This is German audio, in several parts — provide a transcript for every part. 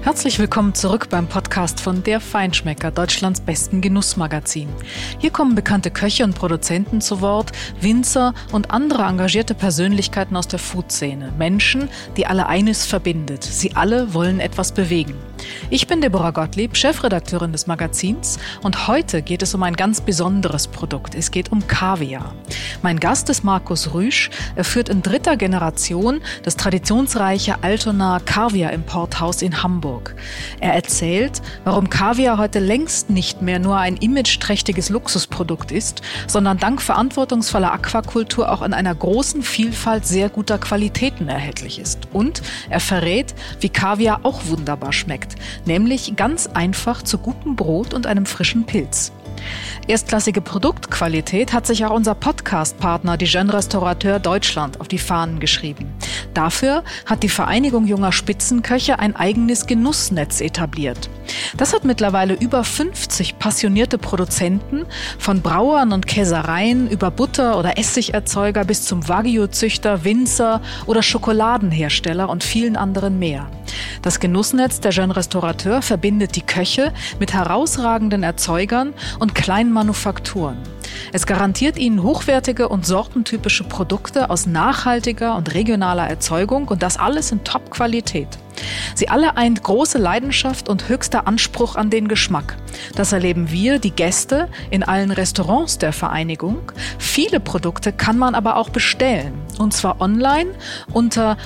Herzlich willkommen zurück beim Podcast von Der Feinschmecker, Deutschlands besten Genussmagazin. Hier kommen bekannte Köche und Produzenten zu Wort, Winzer und andere engagierte Persönlichkeiten aus der Food-Szene. Menschen, die alle eines verbindet. Sie alle wollen etwas bewegen. Ich bin Deborah Gottlieb, Chefredakteurin des Magazins, und heute geht es um ein ganz besonderes Produkt. Es geht um Kaviar. Mein Gast ist Markus Rüsch. Er führt in 3. Generation das traditionsreiche Altonaer Kaviar-Importhaus in Hamburg. Er erzählt, warum Kaviar heute längst nicht mehr nur ein imageträchtiges Luxusprodukt ist, sondern dank verantwortungsvoller Aquakultur auch in einer großen Vielfalt sehr guter Qualitäten erhältlich ist. Und er verrät, wie Kaviar auch wunderbar schmeckt, nämlich ganz einfach zu gutem Brot und einem frischen Pilz. Erstklassige Produktqualität hat sich auch unser Podcast-Partner, die Jeune Restaurateur Deutschland, auf die Fahnen geschrieben. Dafür hat die Vereinigung junger Spitzenköche ein eigenes Genussnetz etabliert. Das hat mittlerweile über 50 passionierte Produzenten, von Brauern und Käsereien über Butter- oder Essigerzeuger bis zum Wagyu-Züchter, Winzer oder Schokoladenhersteller und vielen anderen mehr. Das Genussnetz der Jeune Restaurateur verbindet die Köche mit herausragenden Erzeugern und kleinen Manufakturen. Es garantiert ihnen hochwertige und sortentypische Produkte aus nachhaltiger und regionaler Erzeugung, und das alles in Top-Qualität. Sie alle eint große Leidenschaft und höchster Anspruch an den Geschmack. Das erleben wir, die Gäste, in allen Restaurants der Vereinigung. Viele Produkte kann man aber auch bestellen, und zwar online unter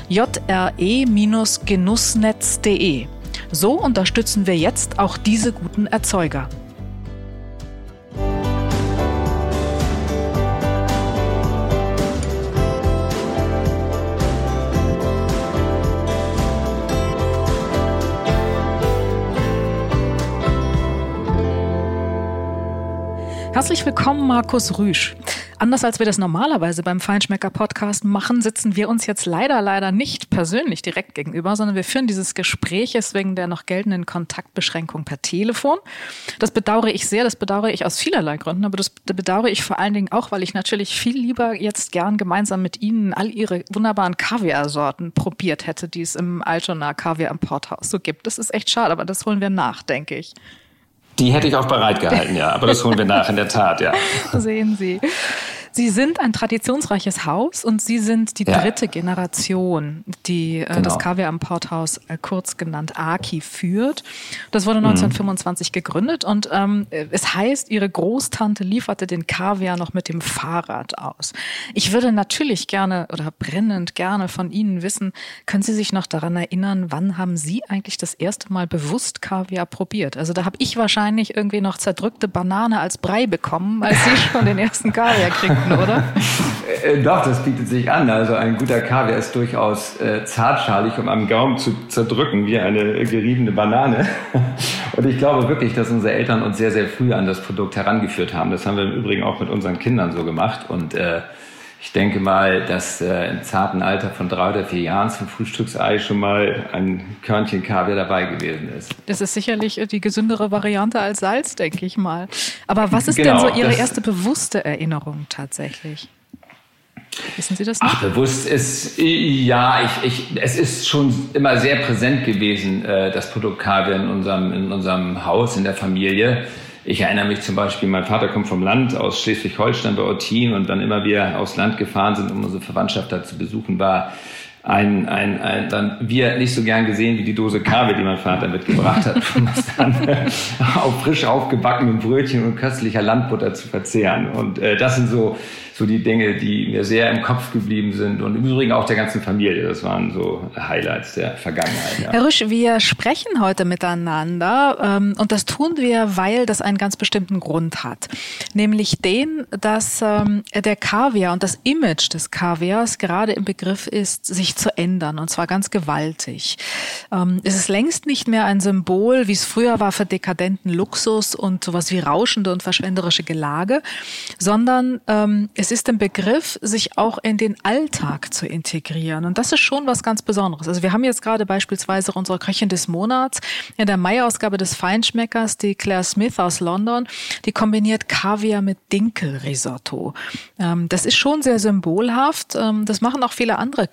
jre-genussnetz.de. So unterstützen wir jetzt auch diese guten Erzeuger. Herzlich willkommen, Markus Rüsch. Anders als wir das normalerweise beim Feinschmecker-Podcast machen, sitzen wir uns jetzt leider nicht persönlich direkt gegenüber, sondern wir führen dieses Gespräch wegen der noch geltenden Kontaktbeschränkung per Telefon. Das bedauere ich sehr, das bedauere ich aus vielerlei Gründen, aber das bedauere ich vor allen Dingen auch, weil ich natürlich viel lieber jetzt gern gemeinsam mit Ihnen all Ihre wunderbaren Kaviarsorten probiert hätte, die es im Altonaer Kaviar-Importhaus so gibt. Das ist echt schade, aber das holen wir nach, denke ich. Die hätte ich auch bereit gehalten, ja. Aber das holen wir nach, in der Tat, ja. Sehen Sie. Sie sind ein traditionsreiches Haus und Sie sind die 3. Generation, die das Kaviar-Importhaus, kurz genannt AKI, führt. Das wurde 1925 gegründet und es heißt, Ihre Großtante lieferte den Kaviar noch mit dem Fahrrad aus. Ich würde natürlich gerne oder brennend gerne von Ihnen wissen, können Sie sich noch daran erinnern, wann haben Sie eigentlich das erste Mal bewusst Kaviar probiert? Also da habe ich wahrscheinlich irgendwie noch zerdrückte Banane als Brei bekommen, als Sie schon den ersten Kaviar kriegten. Oder? Doch, das bietet sich an. Also ein guter Kaviar ist durchaus zartschalig, um am Gaumen zu zerdrücken, wie eine geriebene Banane. Und ich glaube wirklich, dass unsere Eltern uns sehr, sehr früh an das Produkt herangeführt haben. Das haben wir im Übrigen auch mit unseren Kindern so gemacht. Und ich denke mal, dass im zarten Alter von 3 oder 4 Jahren zum Frühstücksei schon mal ein Körnchen Kaviar dabei gewesen ist. Das ist sicherlich die gesündere Variante als Salz, denke ich mal. Aber was ist denn so Ihre erste bewusste Erinnerung tatsächlich? Wissen Sie das noch? Bewusst ist, ja, es ist schon immer sehr präsent gewesen, das Produkt Kaviar in unserem Haus, in der Familie. Ich erinnere mich zum Beispiel, mein Vater kommt vom Land aus Schleswig-Holstein bei Ottin, und wann immer wir aufs Land gefahren sind, um unsere Verwandtschaft da zu besuchen, war dann wir nicht so gern gesehen wie die Dose Kaviar, die mein Vater mitgebracht hat, um das dann auf frisch aufgebackenen Brötchen und köstlicher Landbutter zu verzehren. Und das sind so die Dinge, die mir sehr im Kopf geblieben sind, und im Übrigen auch der ganzen Familie. Das waren so Highlights der Vergangenheit. Ja. Herr Rüsch, wir sprechen heute miteinander und das tun wir, weil das einen ganz bestimmten Grund hat. Nämlich den, dass der Kaviar und das Image des Kaviars gerade im Begriff ist, sich zu ändern, und zwar ganz gewaltig. Es ist längst nicht mehr ein Symbol, wie es früher war, für dekadenten Luxus und sowas wie rauschende und verschwenderische Gelage, sondern es ist im Begriff, sich auch in den Alltag zu integrieren. Und das ist schon was ganz Besonderes. Also wir haben jetzt gerade beispielsweise unsere Köchin des Monats in der Mai-Ausgabe des Feinschmeckers, die Claire Smith aus London, die kombiniert Kaviar mit Dinkelrisotto. Das ist schon sehr symbolhaft. Das machen auch viele andere Köche, die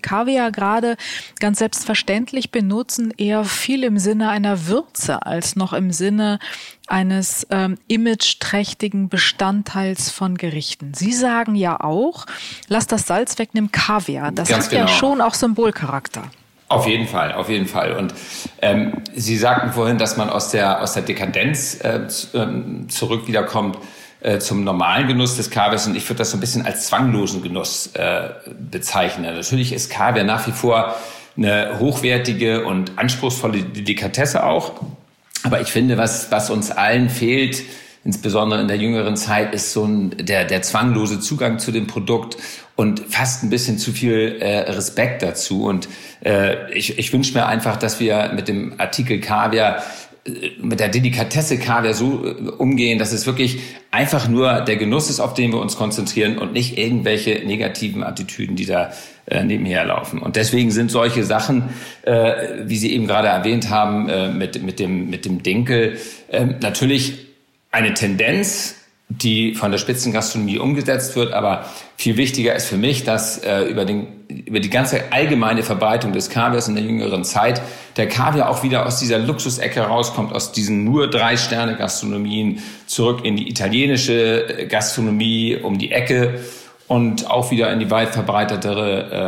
Kaviar gerade ganz selbstverständlich benutzen, eher viel im Sinne einer Würze als noch im Sinne eines imageträchtigen Bestandteils von Gerichten. Sie sagen ja auch, lass das Salz weg, nimm Kaviar. Das Ganz hat genau. Ja schon auch Symbolcharakter. Auf jeden Fall. Und Sie sagten vorhin, dass man aus der Dekadenz zurück wiederkommt zum normalen Genuss des Kaviars. Und ich würde das so ein bisschen als zwanglosen Genuss bezeichnen. Natürlich ist Kaviar nach wie vor eine hochwertige und anspruchsvolle Delikatesse auch. Aber ich finde, was uns allen fehlt, insbesondere in der jüngeren Zeit, ist so der zwanglose Zugang zu dem Produkt und fast ein bisschen zu viel Respekt dazu. Und ich wünsche mir einfach, dass wir mit dem Artikel Kaviar, mit der Delikatesse Kaviar so umgehen, dass es wirklich einfach nur der Genuss ist, auf den wir uns konzentrieren und nicht irgendwelche negativen Attitüden, die da nebenher laufen. Und deswegen sind solche Sachen, wie Sie eben gerade erwähnt haben, mit dem Dinkel, natürlich eine Tendenz, die von der Spitzengastronomie umgesetzt wird. Aber viel wichtiger ist für mich, dass über die ganze allgemeine Verbreitung des Kaviars in der jüngeren Zeit der Kaviar auch wieder aus dieser Luxusecke rauskommt, aus diesen nur 3-Sterne-Gastronomien zurück in die italienische Gastronomie um die Ecke und auch wieder in die weit verbreitetere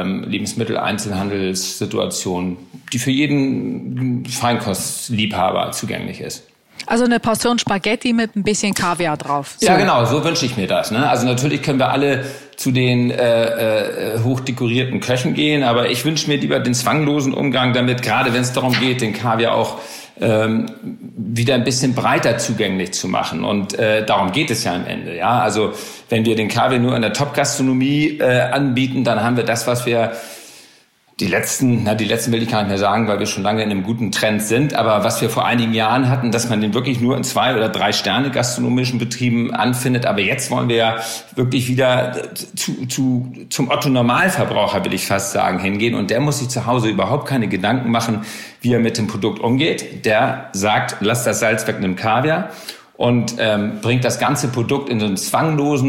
Lebensmitteleinzelhandelssituation, die für jeden Feinkostliebhaber zugänglich ist. Also eine Portion Spaghetti mit ein bisschen Kaviar drauf. So. Ja, genau, so wünsche ich mir das. Ne? Also natürlich können wir alle zu den hochdekorierten Köchen gehen, aber ich wünsche mir lieber den zwanglosen Umgang damit, gerade wenn es darum geht, den Kaviar auch wieder ein bisschen breiter zugänglich zu machen. Und darum geht es ja am Ende. Ja, also wenn wir den Kaviar nur in der Top-Gastronomie anbieten, dann haben wir das, was wir die letzten will ich gar nicht mehr sagen, weil wir schon lange in einem guten Trend sind, aber was wir vor einigen Jahren hatten, dass man den wirklich nur in 2- oder 3-Sterne gastronomischen Betrieben anfindet. Aber jetzt wollen wir ja wirklich wieder zum Otto-Normalverbraucher, will ich fast sagen, hingehen. Und der muss sich zu Hause überhaupt keine Gedanken machen, wie er mit dem Produkt umgeht. Der sagt, lass das Salz weg, nimm Kaviar. Und bringt das ganze Produkt in eine zwanglose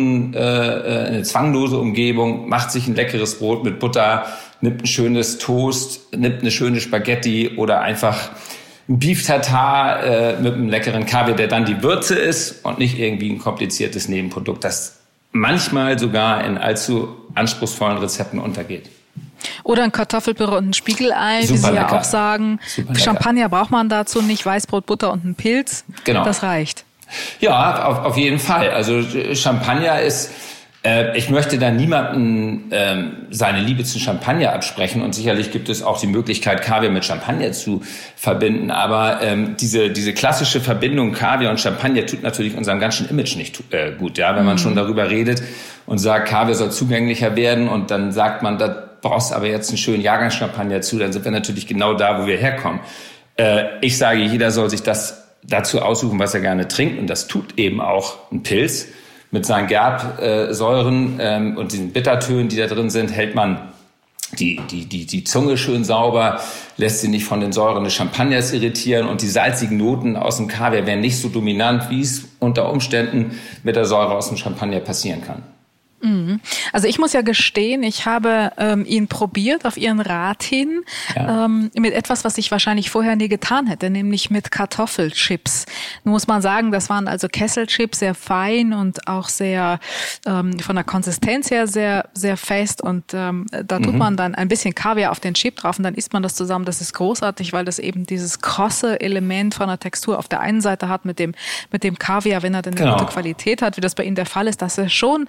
Umgebung, macht sich ein leckeres Brot mit Butter, nimmt ein schönes Toast, nimmt eine schöne Spaghetti oder einfach ein Beef Tartar mit einem leckeren Kaviar, der dann die Würze ist und nicht irgendwie ein kompliziertes Nebenprodukt, das manchmal sogar in allzu anspruchsvollen Rezepten untergeht. Oder ein Kartoffelpüree und ein Spiegelei, Super wie Sie lecker. ja auch sagen. Super Champagner lecker. braucht man dazu nicht, Weißbrot, Butter und ein Pilz. Genau. Das reicht. Ja, auf jeden Fall. Also Champagner ist, ich möchte da niemanden seine Liebe zu Champagner absprechen und sicherlich gibt es auch die Möglichkeit, Kaviar mit Champagner zu verbinden, aber diese klassische Verbindung Kaviar und Champagner tut natürlich unserem ganzen Image nicht gut, ja, wenn man schon darüber redet und sagt, Kaviar soll zugänglicher werden und dann sagt man, da brauchst du aber jetzt einen schönen Jahrgangschampagner zu, dann sind wir natürlich genau da, wo wir herkommen. Ich sage, jeder soll sich das dazu aussuchen, was er gerne trinkt. Und das tut eben auch ein Pilz. Mit seinen Gerbsäuren und diesen Bittertönen, die da drin sind, hält man die Zunge schön sauber, lässt sie nicht von den Säuren des Champagners irritieren und die salzigen Noten aus dem Kaviar werden nicht so dominant, wie es unter Umständen mit der Säure aus dem Champagner passieren kann. Also ich muss ja gestehen, ich habe ihn probiert auf Ihren Rat hin, mit etwas, was ich wahrscheinlich vorher nie getan hätte, nämlich mit Kartoffelchips. Nun muss man sagen, das waren also Kesselchips, sehr fein und auch sehr von der Konsistenz her sehr, sehr fest und da tut man dann ein bisschen Kaviar auf den Chip drauf und dann isst man das zusammen. Das ist großartig, weil das eben dieses krosse Element von der Textur auf der einen Seite hat mit dem Kaviar, wenn er denn eine gute Qualität hat, wie das bei Ihnen der Fall ist. Das ist schon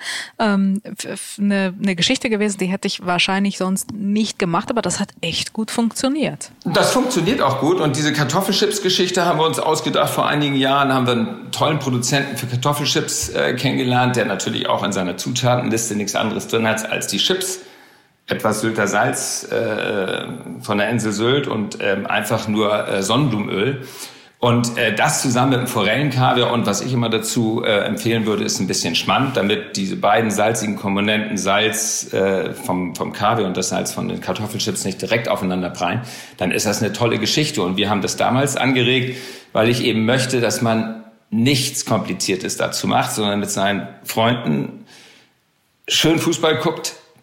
eine Geschichte gewesen, die hätte ich wahrscheinlich sonst nicht gemacht, aber das hat echt gut funktioniert. Das funktioniert auch gut und diese Kartoffelchips-Geschichte haben wir uns ausgedacht. Vor einigen Jahren haben wir einen tollen Produzenten für Kartoffelchips kennengelernt, der natürlich auch in seiner Zutatenliste nichts anderes drin hat als die Chips, etwas Sylter Salz von der Insel Sylt und einfach nur Sonnenblumenöl. Und das zusammen mit dem Forellenkaviar und was ich immer dazu empfehlen würde, ist ein bisschen Schmand, damit diese beiden salzigen Komponenten, Salz vom Kaviar und das Salz von den Kartoffelchips nicht direkt aufeinander prallen, dann ist das eine tolle Geschichte. Und wir haben das damals angeregt, weil ich eben möchte, dass man nichts Kompliziertes dazu macht, sondern mit seinen Freunden schön Fußball guckt,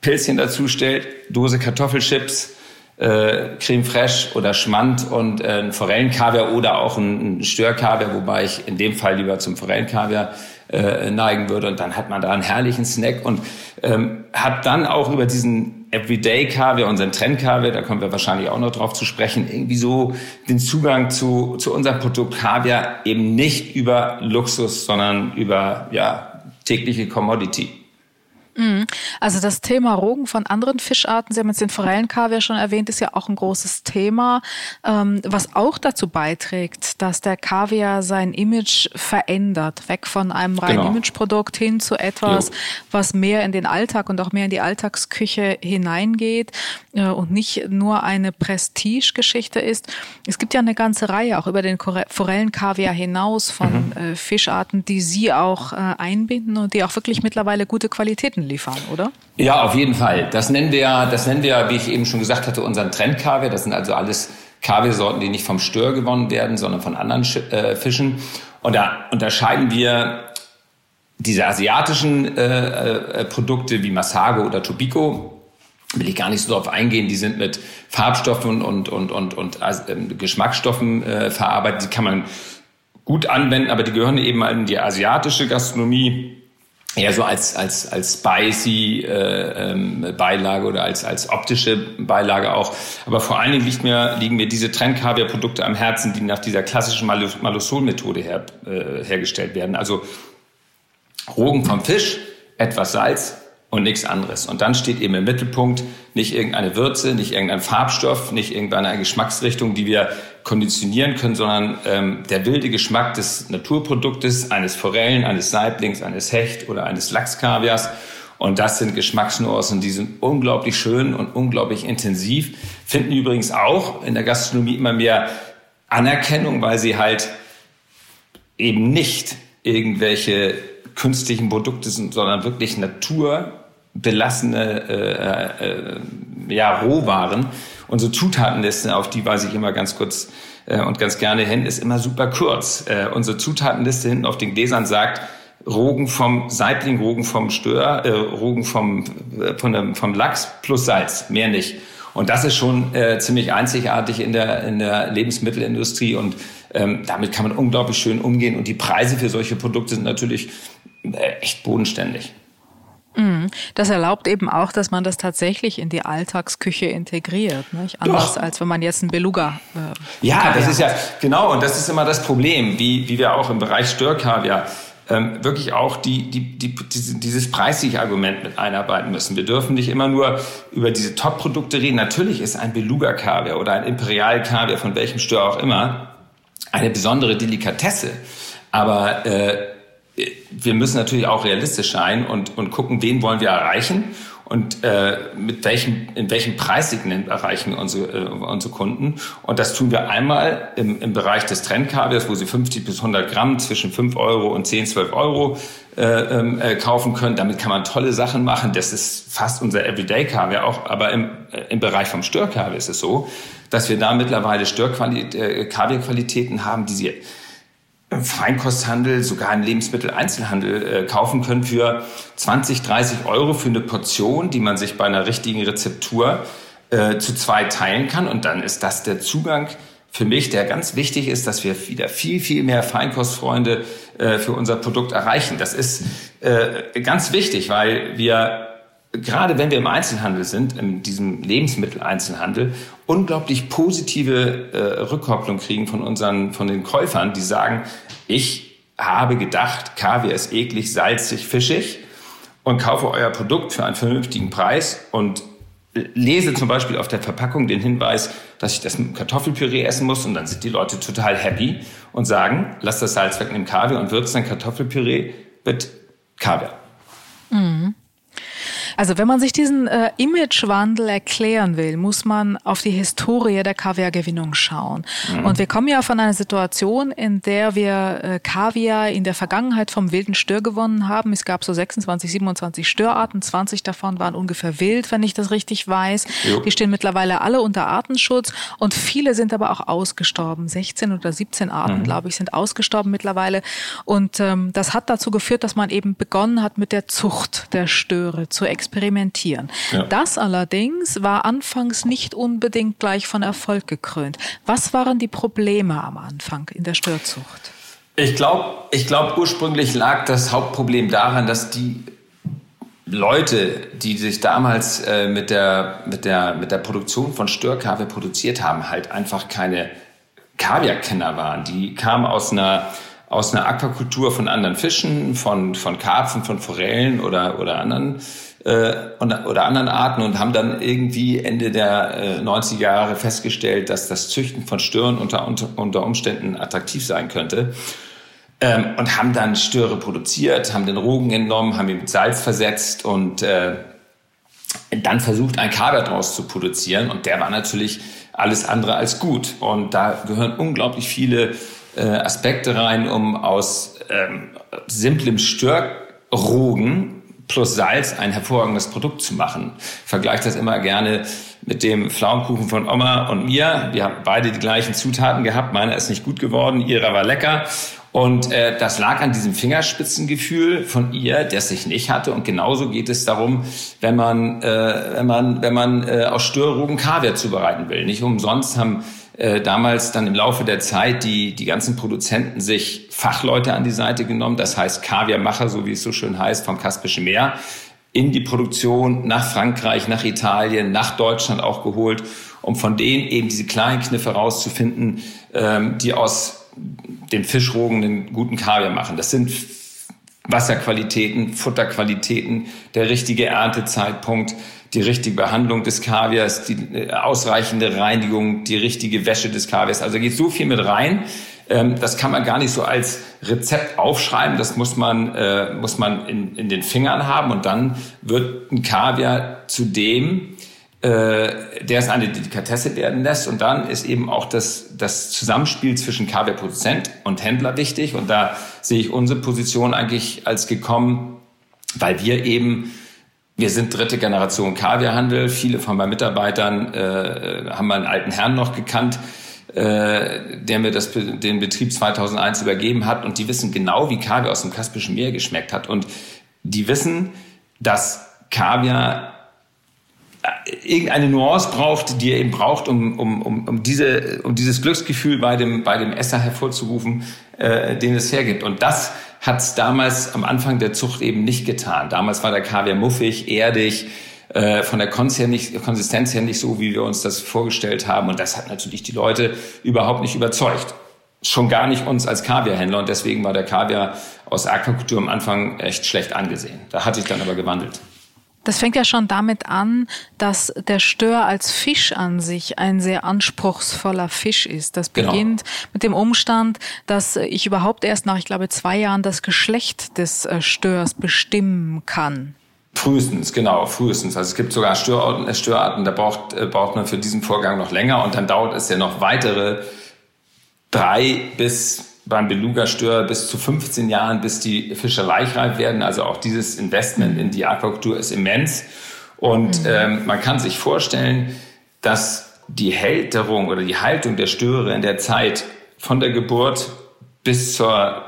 Pilzchen dazu stellt, Dose Kartoffelchips, Creme Fraiche oder Schmand und ein Forellenkaviar oder auch ein Störkaviar, wobei ich in dem Fall lieber zum Forellenkaviar neigen würde. Und dann hat man da einen herrlichen Snack und hat dann auch über diesen Everyday-Kaviar, unseren Trend-Kaviar, da kommen wir wahrscheinlich auch noch drauf zu sprechen, irgendwie so den Zugang zu unserem Produkt Kaviar eben nicht über Luxus, sondern über tägliche Commodity. Also das Thema Rogen von anderen Fischarten, Sie haben jetzt den Forellenkaviar schon erwähnt, ist ja auch ein großes Thema, was auch dazu beiträgt, dass der Kaviar sein Image verändert, weg von einem reinen Imageprodukt hin zu etwas, was mehr in den Alltag und auch mehr in die Alltagsküche hineingeht und nicht nur eine Prestigegeschichte ist. Es gibt ja eine ganze Reihe auch über den Forellenkaviar hinaus von Fischarten, die Sie auch einbinden und die auch wirklich mittlerweile gute Qualitäten liefern, oder? Ja, auf jeden Fall. Das nennen wir, wie ich eben schon gesagt hatte, unseren Trendkaviar. Das sind also alles Kaviarsorten, die nicht vom Stör gewonnen werden, sondern von anderen Fischen. Und da unterscheiden wir diese asiatischen Produkte wie Masago oder Tobiko. Will ich gar nicht so darauf eingehen. Die sind mit Farbstoffen und Geschmacksstoffen verarbeitet. Die kann man gut anwenden, aber die gehören eben in die asiatische Gastronomie eher so als spicy Beilage oder als optische Beilage auch. Aber vor allen Dingen liegen mir diese Trendkaviar-Produkte am Herzen, die nach dieser klassischen Malosol-Methode hergestellt werden. Also Rogen vom Fisch, etwas Salz und nichts anderes. Und dann steht eben im Mittelpunkt nicht irgendeine Würze, nicht irgendein Farbstoff, nicht irgendeine Geschmacksrichtung, die wir konditionieren können, sondern der wilde Geschmack des Naturproduktes, eines Forellen, eines Saiblings, eines Hecht oder eines Lachskaviars. Und das sind Geschmacksnuancen, die sind unglaublich schön und unglaublich intensiv. Finden übrigens auch in der Gastronomie immer mehr Anerkennung, weil sie halt eben nicht irgendwelche künstlichen Produkte sind, sondern wirklich naturbelassene Rohwaren. Unsere Zutatenliste, auf die weise ich immer ganz kurz und ganz gerne hin, ist immer super kurz. Unsere Zutatenliste hinten auf den Gläsern sagt Rogen vom Saibling, Rogen vom Stör, Rogen vom Lachs plus Salz, mehr nicht. Und das ist schon ziemlich einzigartig in der Lebensmittelindustrie und damit kann man unglaublich schön umgehen und die Preise für solche Produkte sind natürlich echt bodenständig. Das erlaubt eben auch, dass man das tatsächlich in die Alltagsküche integriert, nicht? Anders als wenn man jetzt einen Beluga das ist ja genau, und das ist immer das Problem, wie wir auch im Bereich Störkaviar wirklich auch dieses Preisig-Argument mit einarbeiten müssen. Wir dürfen nicht immer nur über diese Top-Produkte reden. Natürlich ist ein Beluga-Kaviar oder ein Imperial-Kaviar, von welchem Stör auch immer, eine besondere Delikatesse. Aber wir müssen natürlich auch realistisch sein und gucken, wen wollen wir erreichen und in welchem Preissegment erreichen wir unsere Kunden. Und das tun wir einmal im Bereich des Trendkaviars, wo Sie 50 bis 100 Gramm zwischen 5 Euro und 10, 12 Euro kaufen können. Damit kann man tolle Sachen machen. Das ist fast unser Everyday-Kaviar auch. Aber im Bereich vom Störkaviar ist es so, dass wir da mittlerweile Kaviarqualitäten haben, die Sie im Feinkosthandel, sogar im Lebensmitteleinzelhandel kaufen können für 20, 30 Euro für eine Portion, die man sich bei einer richtigen Rezeptur zu 2 teilen kann. Und dann ist das der Zugang für mich, der ganz wichtig ist, dass wir wieder viel, viel mehr Feinkostfreunde für unser Produkt erreichen. Das ist ganz wichtig, weil wir, gerade wenn wir im Einzelhandel sind, in diesem Lebensmitteleinzelhandel, unglaublich positive Rückkopplung kriegen von den Käufern, die sagen, ich habe gedacht, Kaviar ist eklig, salzig, fischig und kaufe euer Produkt für einen vernünftigen Preis und lese zum Beispiel auf der Verpackung den Hinweis, dass ich das mit Kartoffelpüree essen muss und dann sind die Leute total happy und sagen, lass das Salz weg im Kaviar und würzt dann Kartoffelpüree mit Kaviar. Mhm. Also wenn man sich diesen Imagewandel erklären will, muss man auf die Historie der Kaviargewinnung schauen. Und wir kommen ja von einer Situation, in der wir Kaviar in der Vergangenheit vom wilden Stör gewonnen haben. Es gab so 26, 27 Störarten, 20 davon waren ungefähr wild, wenn ich das richtig weiß. Jo. Die stehen mittlerweile alle unter Artenschutz und viele sind aber auch ausgestorben. 16 oder 17 Arten, glaube ich, sind ausgestorben mittlerweile. Und das hat dazu geführt, dass man eben begonnen hat, mit der Zucht der Störe zu experimentieren. experimentieren. Ja. Das allerdings war anfangs nicht unbedingt gleich von Erfolg gekrönt. Was waren die Probleme am Anfang in der Störzucht? Ich glaube, ursprünglich lag das Hauptproblem daran, dass die Leute, die sich damals mit der Produktion von Störkaviar produziert haben, halt einfach keine Kaviarkenner waren. Die kamen aus einer Aquakultur von anderen Fischen, von Karpfen, von Forellen oder anderen Arten und haben dann irgendwie Ende der 90er Jahre festgestellt, dass das Züchten von Stören unter Umständen attraktiv sein könnte. Und haben dann Störe produziert, haben den Rogen entnommen, haben ihn mit Salz versetzt und dann versucht, ein Kaviar daraus zu produzieren. Und der war natürlich alles andere als gut. Und da gehören unglaublich viele Aspekte rein, um aus simplem Störrogen plus Salz ein hervorragendes Produkt zu machen. Ich vergleiche das immer gerne mit dem Pflaumenkuchen von Oma und mir. Wir haben beide die gleichen Zutaten gehabt. Meiner ist nicht gut geworden, ihrer war lecker. Und das lag an diesem Fingerspitzengefühl von ihr, das ich nicht hatte. Und genauso geht es darum, wenn man aus Störrogen Kaviar zubereiten will. Nicht umsonst haben damals dann im Laufe der Zeit die ganzen Produzenten sich Fachleute an die Seite genommen. Das heißt Kaviarmacher, so wie es so schön heißt, vom Kaspischen Meer, in die Produktion nach Frankreich, nach Italien, nach Deutschland auch geholt, um von denen eben diese kleinen Kniffe rauszufinden, die aus den Fischrogen einen guten Kaviar machen. Das sind Wasserqualitäten, Futterqualitäten, der richtige Erntezeitpunkt, die richtige Behandlung des Kaviars, die ausreichende Reinigung, die richtige Wäsche des Kaviars. Also da geht so viel mit rein. Das kann man gar nicht so als Rezept aufschreiben. Das muss man in den Fingern haben. Und dann wird ein Kaviar zu dem, der es eine Delikatesse werden lässt. Und dann ist eben auch das Zusammenspiel zwischen Kaviarproduzent und Händler wichtig. Und da sehe ich unsere Position eigentlich als gekommen, weil wir sind dritte Generation Kaviarhandel. Viele von meinen Mitarbeitern haben meinen alten Herrn noch gekannt, der mir den Betrieb 2001 übergeben hat. Und die wissen genau, wie Kaviar aus dem Kaspischen Meer geschmeckt hat. Und die wissen, dass Kaviar irgendeine Nuance braucht, die er eben braucht, um dieses Glücksgefühl bei dem Esser hervorzurufen, den es hergibt. Und das hat es damals am Anfang der Zucht eben nicht getan. Damals war der Kaviar muffig, erdig, von der Konsistenz her nicht so, wie wir uns das vorgestellt haben. Und das hat natürlich die Leute überhaupt nicht überzeugt. Schon gar nicht uns als Kaviarhändler. Und deswegen war der Kaviar aus Aquakultur am Anfang echt schlecht angesehen. Da hat sich dann aber gewandelt. Das fängt ja schon damit an, dass der Stör als Fisch an sich ein sehr anspruchsvoller Fisch ist. Das beginnt mit dem Umstand, dass ich überhaupt erst nach, ich glaube, 2 Jahren das Geschlecht des Störs bestimmen kann. Frühestens. Also es gibt sogar Störarten, da braucht man für diesen Vorgang noch länger und dann dauert es ja noch weitere 3 bis beim Beluga-Stör bis zu 15 Jahren, bis die Fische laichreif werden. Also auch dieses Investment in die Aquakultur ist immens. Und man kann sich vorstellen, dass die Halterung oder die Haltung der Störe in der Zeit von der Geburt bis zur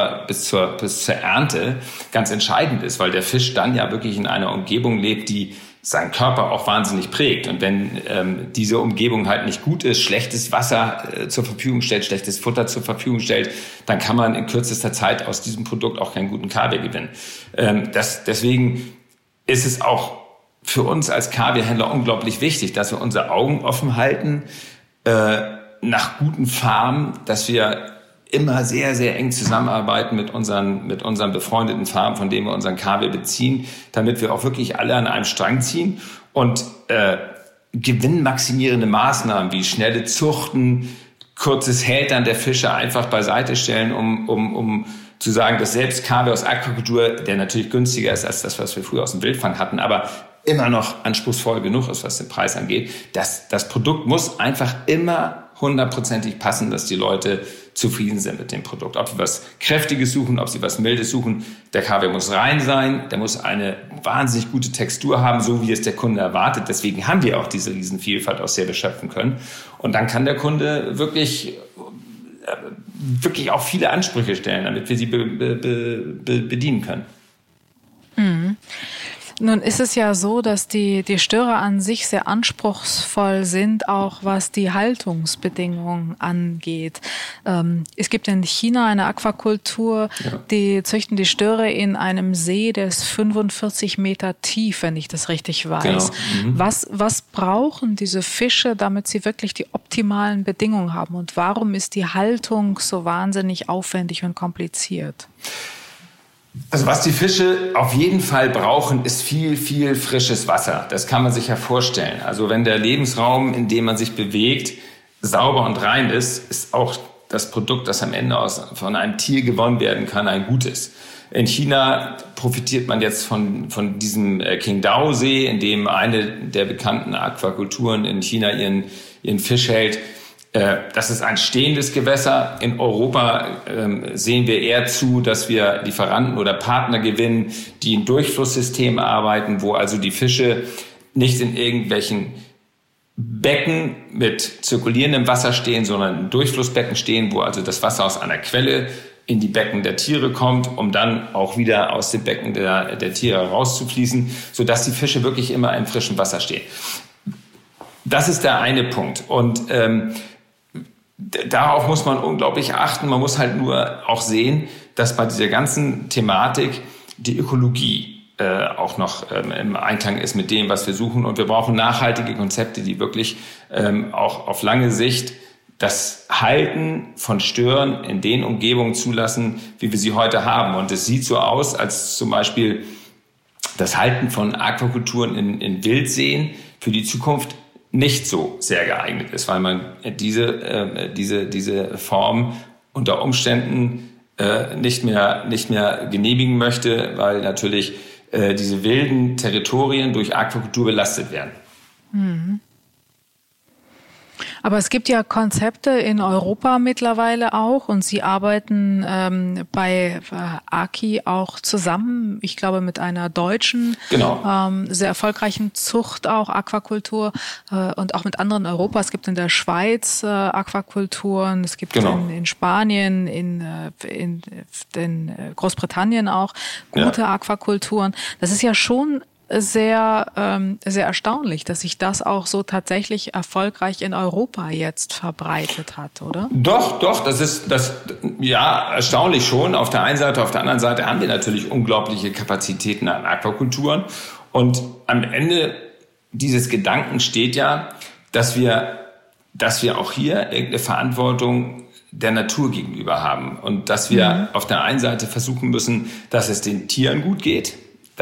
Ernte ganz entscheidend ist, weil der Fisch dann ja wirklich in einer Umgebung lebt, die seinen Körper auch wahnsinnig prägt. Und wenn diese Umgebung halt nicht gut ist, schlechtes Wasser zur Verfügung stellt, schlechtes Futter zur Verfügung stellt, dann kann man in kürzester Zeit aus diesem Produkt auch keinen guten Kaviar gewinnen. Deswegen ist es auch für uns als Kaviarhändler unglaublich wichtig, dass wir unsere Augen offen halten nach guten Farmen, dass wir immer sehr, sehr eng zusammenarbeiten mit unseren befreundeten Farmen, von denen wir unseren Kaviar beziehen, damit wir auch wirklich alle an einem Strang ziehen und gewinnmaximierende Maßnahmen wie schnelle Zuchten, kurzes Hältern der Fische einfach beiseite stellen, um zu sagen, dass selbst Kaviar aus Aquakultur, der natürlich günstiger ist als das, was wir früher aus dem Wildfang hatten, aber immer noch anspruchsvoll genug ist, was den Preis angeht. Das Produkt muss einfach immer 100%ig passen, dass die Leute zufrieden sind mit dem Produkt. Ob sie was Kräftiges suchen, ob sie was Mildes suchen. Der Kaviar muss rein sein, der muss eine wahnsinnig gute Textur haben, so wie es der Kunde erwartet. Deswegen haben wir auch diese Riesenvielfalt, aus der wir schöpfen können. Und dann kann der Kunde wirklich auch viele Ansprüche stellen, damit wir sie bedienen können. Mhm. Nun ist es ja so, dass die Störer an sich sehr anspruchsvoll sind, auch was die Haltungsbedingungen angeht. Es gibt in China eine Aquakultur, die züchten die Störe in einem See, der ist 45 Meter tief, wenn ich das richtig weiß. Genau. Was brauchen diese Fische, damit sie wirklich die optimalen Bedingungen haben? Und warum ist die Haltung so wahnsinnig aufwendig und kompliziert? Also was die Fische auf jeden Fall brauchen, ist viel, viel frisches Wasser. Das kann man sich ja vorstellen. Also wenn der Lebensraum, in dem man sich bewegt, sauber und rein ist, ist auch das Produkt, das am Ende von einem Tier gewonnen werden kann, ein gutes. In China profitiert man jetzt von diesem Qingdao-See, in dem eine der bekannten Aquakulturen in China ihren Fisch hält. Das ist ein stehendes Gewässer. In Europa sehen wir eher zu, dass wir Lieferanten oder Partner gewinnen, die in Durchflusssystemen arbeiten, wo also die Fische nicht in irgendwelchen Becken mit zirkulierendem Wasser stehen, sondern in Durchflussbecken stehen, wo also das Wasser aus einer Quelle in die Becken der Tiere kommt, um dann auch wieder aus den Becken der Tiere rauszufließen, sodass die Fische wirklich immer im frischen Wasser stehen. Das ist der eine Punkt. Und darauf muss man unglaublich achten. Man muss halt nur auch sehen, dass bei dieser ganzen Thematik die Ökologie auch noch im Einklang ist mit dem, was wir suchen. Und wir brauchen nachhaltige Konzepte, die wirklich auch auf lange Sicht das Halten von Stören in den Umgebungen zulassen, wie wir sie heute haben. Und es sieht so aus, als zum Beispiel das Halten von Aquakulturen in Wildseen für die Zukunft nicht so sehr geeignet ist, weil man diese Form unter Umständen nicht mehr genehmigen möchte, weil natürlich diese wilden Territorien durch Aquakultur belastet werden. Mhm. Aber es gibt ja Konzepte in Europa mittlerweile auch und Sie arbeiten bei AKI auch zusammen, ich glaube mit einer deutschen, sehr erfolgreichen Zucht auch, Aquakultur und auch mit anderen in Europa. Es gibt in der Schweiz Aquakulturen, es gibt in Spanien, in Großbritannien auch gute Aquakulturen. Das ist ja schon sehr erstaunlich, dass sich das auch so tatsächlich erfolgreich in Europa jetzt verbreitet hat, oder? Doch, das ist erstaunlich schon. Auf der einen Seite, auf der anderen Seite haben wir natürlich unglaubliche Kapazitäten an Aquakulturen. Und am Ende dieses Gedanken steht ja, dass wir auch hier irgendeine Verantwortung der Natur gegenüber haben. Und dass wir auf der einen Seite versuchen müssen, dass es den Tieren gut geht,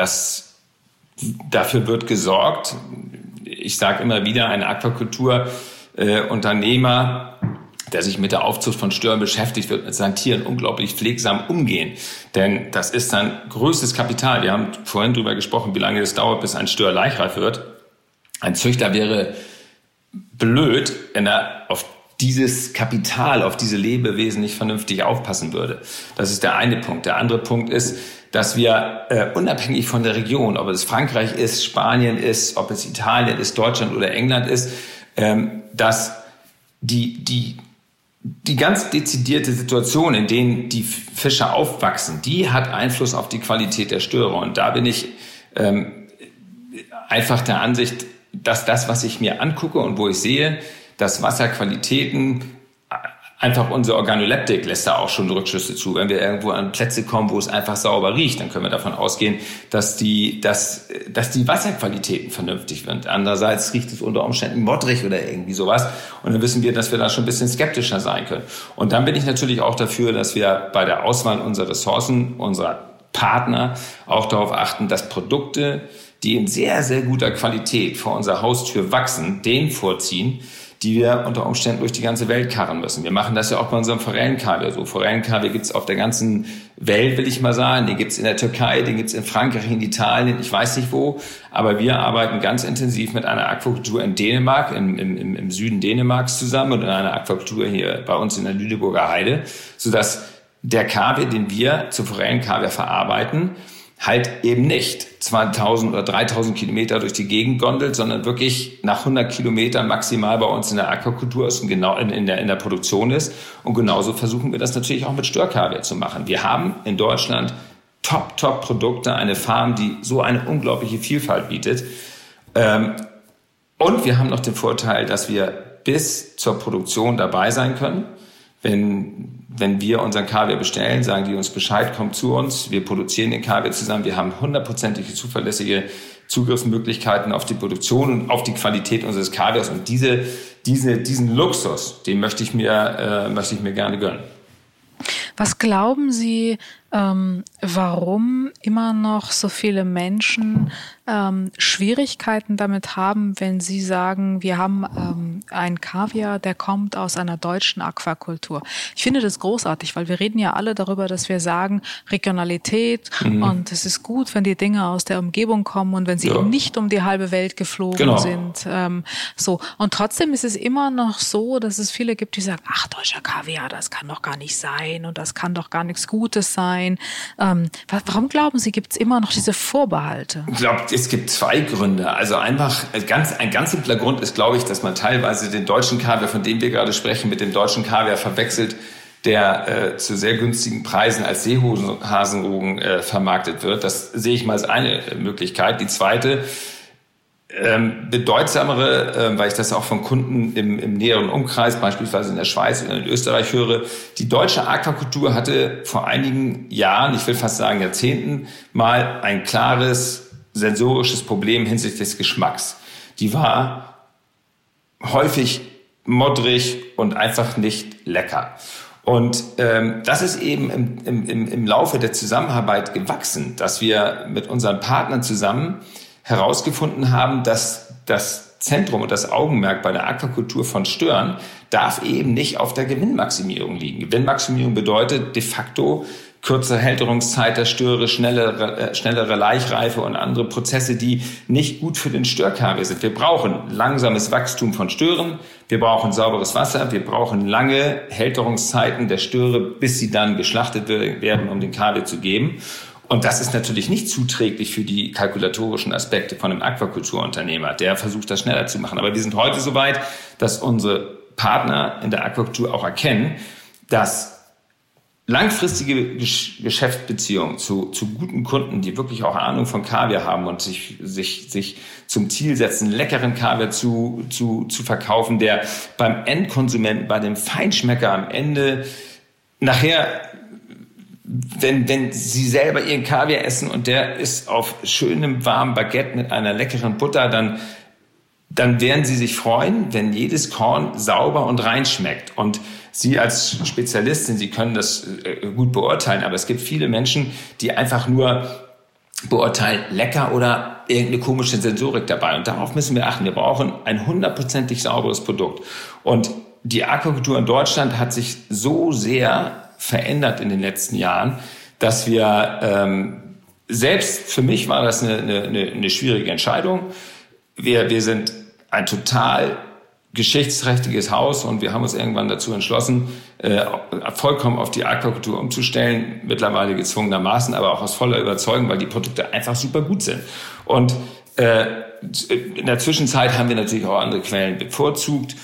dafür wird gesorgt. Ich sage immer wieder, ein Aquakulturunternehmer, der sich mit der Aufzucht von Stören beschäftigt, wird mit seinen Tieren unglaublich pflegsam umgehen. Denn das ist sein größtes Kapital. Wir haben vorhin darüber gesprochen, wie lange es dauert, bis ein Stör laichreif wird. Ein Züchter wäre blöd, wenn er auf dieses Kapital, auf diese Lebewesen nicht vernünftig aufpassen würde. Das ist der eine Punkt. Der andere Punkt ist, dass wir unabhängig von der Region, ob es Frankreich ist, Spanien ist, ob es Italien ist, Deutschland oder England ist, dass die ganz dezidierte Situation, in denen die Fische aufwachsen, die hat Einfluss auf die Qualität der Störer. Und da bin ich einfach der Ansicht, dass das, was ich mir angucke und wo ich sehe, dass Wasserqualitäten, einfach unsere Organoleptik lässt da auch schon Rückschlüsse zu. Wenn wir irgendwo an Plätze kommen, wo es einfach sauber riecht, dann können wir davon ausgehen, dass die Wasserqualitäten vernünftig sind. Andererseits riecht es unter Umständen modrig oder irgendwie sowas. Und dann wissen wir, dass wir da schon ein bisschen skeptischer sein können. Und dann bin ich natürlich auch dafür, dass wir bei der Auswahl unserer Ressourcen, unserer Partner auch darauf achten, dass Produkte, die in sehr, sehr guter Qualität vor unserer Haustür wachsen, den vorziehen, die wir unter Umständen durch die ganze Welt karren müssen. Wir machen das ja auch bei unserem Forellenkaviar so. Forellenkaviar gibt's auf der ganzen Welt, will ich mal sagen. Den gibt's in der Türkei, den gibt's in Frankreich, in Italien, ich weiß nicht wo. Aber wir arbeiten ganz intensiv mit einer Aquakultur in Dänemark, im Süden Dänemarks zusammen und in einer Aquakultur hier bei uns in der Lüneburger Heide, sodass der Kaviar, den wir zu Forellenkaviar verarbeiten, halt eben nicht 2000 oder 3000 Kilometer durch die Gegend gondelt, sondern wirklich nach 100 Kilometern maximal bei uns in der Aquakultur ist und genau in der Produktion ist. Und genauso versuchen wir das natürlich auch mit Störkaviar zu machen. Wir haben in Deutschland Top-Produkte, eine Farm, die so eine unglaubliche Vielfalt bietet. Und wir haben noch den Vorteil, dass wir bis zur Produktion dabei sein können. Wenn wir unseren Kaviar bestellen, sagen die uns Bescheid, kommt zu uns, wir produzieren den Kaviar zusammen, wir haben 100%ige zuverlässige Zugriffsmöglichkeiten auf die Produktion und auf die Qualität unseres Kaviars. Und diesen Luxus, den möchte ich mir gerne gönnen. Was glauben Sie, warum immer noch so viele Menschen Schwierigkeiten damit haben, wenn sie sagen, wir haben einen Kaviar, der kommt aus einer deutschen Aquakultur? Ich finde das großartig, weil wir reden ja alle darüber, dass wir sagen, Regionalität und es ist gut, wenn die Dinge aus der Umgebung kommen und wenn sie eben nicht um die halbe Welt geflogen sind. So. Und trotzdem ist es immer noch so, dass es viele gibt, die sagen, ach, deutscher Kaviar, das kann doch gar nicht sein und das kann doch gar nichts Gutes sein. Warum glauben Sie, gibt es immer noch diese Vorbehalte? Ich glaube, es gibt zwei Gründe. Also einfach, ein ganz simpler Grund ist, glaube ich, dass man teilweise den deutschen Kaviar, von dem wir gerade sprechen, mit dem deutschen Kaviar verwechselt, der zu sehr günstigen Preisen als Seehasenrogen vermarktet wird. Das sehe ich mal als eine Möglichkeit. Die zweite, bedeutsamere, weil ich das auch von Kunden im näheren Umkreis, beispielsweise in der Schweiz oder in Österreich höre, die deutsche Aquakultur hatte vor einigen Jahren, ich will fast sagen Jahrzehnten, mal ein klares sensorisches Problem hinsichtlich des Geschmacks. Die war häufig modrig und einfach nicht lecker. Und das ist eben im Laufe der Zusammenarbeit gewachsen, dass wir mit unseren Partnern zusammen herausgefunden haben, dass das Zentrum und das Augenmerk bei der Aquakultur von Stören darf eben nicht auf der Gewinnmaximierung liegen. Gewinnmaximierung bedeutet de facto kürzere Hälterungszeit der Störe, schnellere Laichreife und andere Prozesse, die nicht gut für den Störkaviar sind. Wir brauchen langsames Wachstum von Stören, wir brauchen sauberes Wasser, wir brauchen lange Hälterungszeiten der Störe, bis sie dann geschlachtet werden, um den Kaviar zu geben. Und das ist natürlich nicht zuträglich für die kalkulatorischen Aspekte von einem Aquakulturunternehmer, der versucht, das schneller zu machen. Aber wir sind heute so weit, dass unsere Partner in der Aquakultur auch erkennen, dass langfristige Geschäftsbeziehungen zu guten Kunden, die wirklich auch Ahnung von Kaviar haben und sich zum Ziel setzen, leckeren Kaviar zu verkaufen, der beim Endkonsumenten, bei dem Feinschmecker am Ende nachher, wenn Sie selber Ihren Kaviar essen und der ist auf schönem warmem Baguette mit einer leckeren Butter, dann werden Sie sich freuen, wenn jedes Korn sauber und rein schmeckt. Und Sie als Spezialistin, Sie können das gut beurteilen, aber es gibt viele Menschen, die einfach nur beurteilen, lecker oder irgendeine komische Sensorik dabei. Und darauf müssen wir achten. Wir brauchen ein 100%ig sauberes Produkt. Und die Aquakultur in Deutschland hat sich so sehr verändert in den letzten Jahren, dass wir, selbst für mich war das eine schwierige Entscheidung. Wir sind ein total geschichtsträchtiges Haus und wir haben uns irgendwann dazu entschlossen, vollkommen auf die Aquakultur umzustellen, mittlerweile gezwungenermaßen, aber auch aus voller Überzeugung, weil die Produkte einfach super gut sind. Und in der Zwischenzeit haben wir natürlich auch andere Quellen bevorzugt,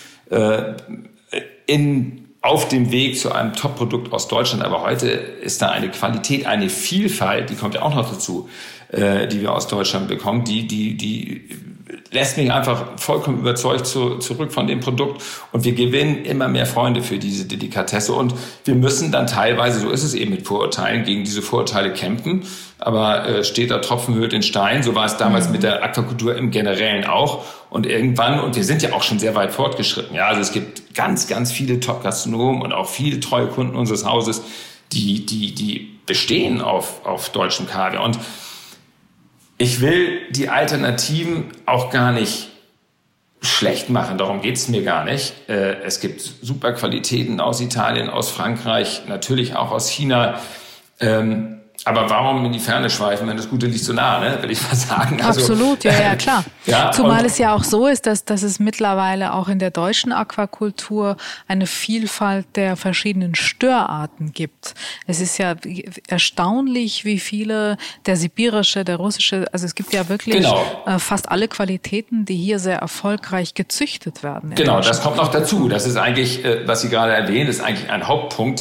auf dem Weg zu einem Top-Produkt aus Deutschland. Aber heute ist da eine Qualität, eine Vielfalt, die kommt ja auch noch dazu, die wir aus Deutschland bekommen, die lässt mich einfach vollkommen überzeugt zurück von dem Produkt. Und wir gewinnen immer mehr Freunde für diese Delikatesse. Und wir müssen dann teilweise, so ist es eben mit Vorurteilen, gegen diese Vorurteile kämpfen. Aber steht da Tropfen höhlt den Stein. So war es damals mit der Aquakultur im Generellen auch. Und irgendwann, und wir sind ja auch schon sehr weit fortgeschritten. Ja, also es gibt ganz, ganz viele Top-Gastronomen und auch viele treue Kunden unseres Hauses, die bestehen auf deutschem Kaviar. Und ich will die Alternativen auch gar nicht schlecht machen, darum geht's mir gar nicht. Es gibt super Qualitäten aus Italien, aus Frankreich, natürlich auch aus China. Aber warum in die Ferne schweifen, wenn das Gute liegt so nah, ne? Will ich mal sagen. Also, absolut, ja, klar. Ja, zumal es ja auch so ist, dass es mittlerweile auch in der deutschen Aquakultur eine Vielfalt der verschiedenen Störarten gibt. Es ist ja erstaunlich, wie viele, der sibirische, der russische, also es gibt ja wirklich fast alle Qualitäten, die hier sehr erfolgreich gezüchtet werden. Genau, das kommt noch dazu. Das ist eigentlich, was Sie gerade erwähnen, ist eigentlich ein Hauptpunkt.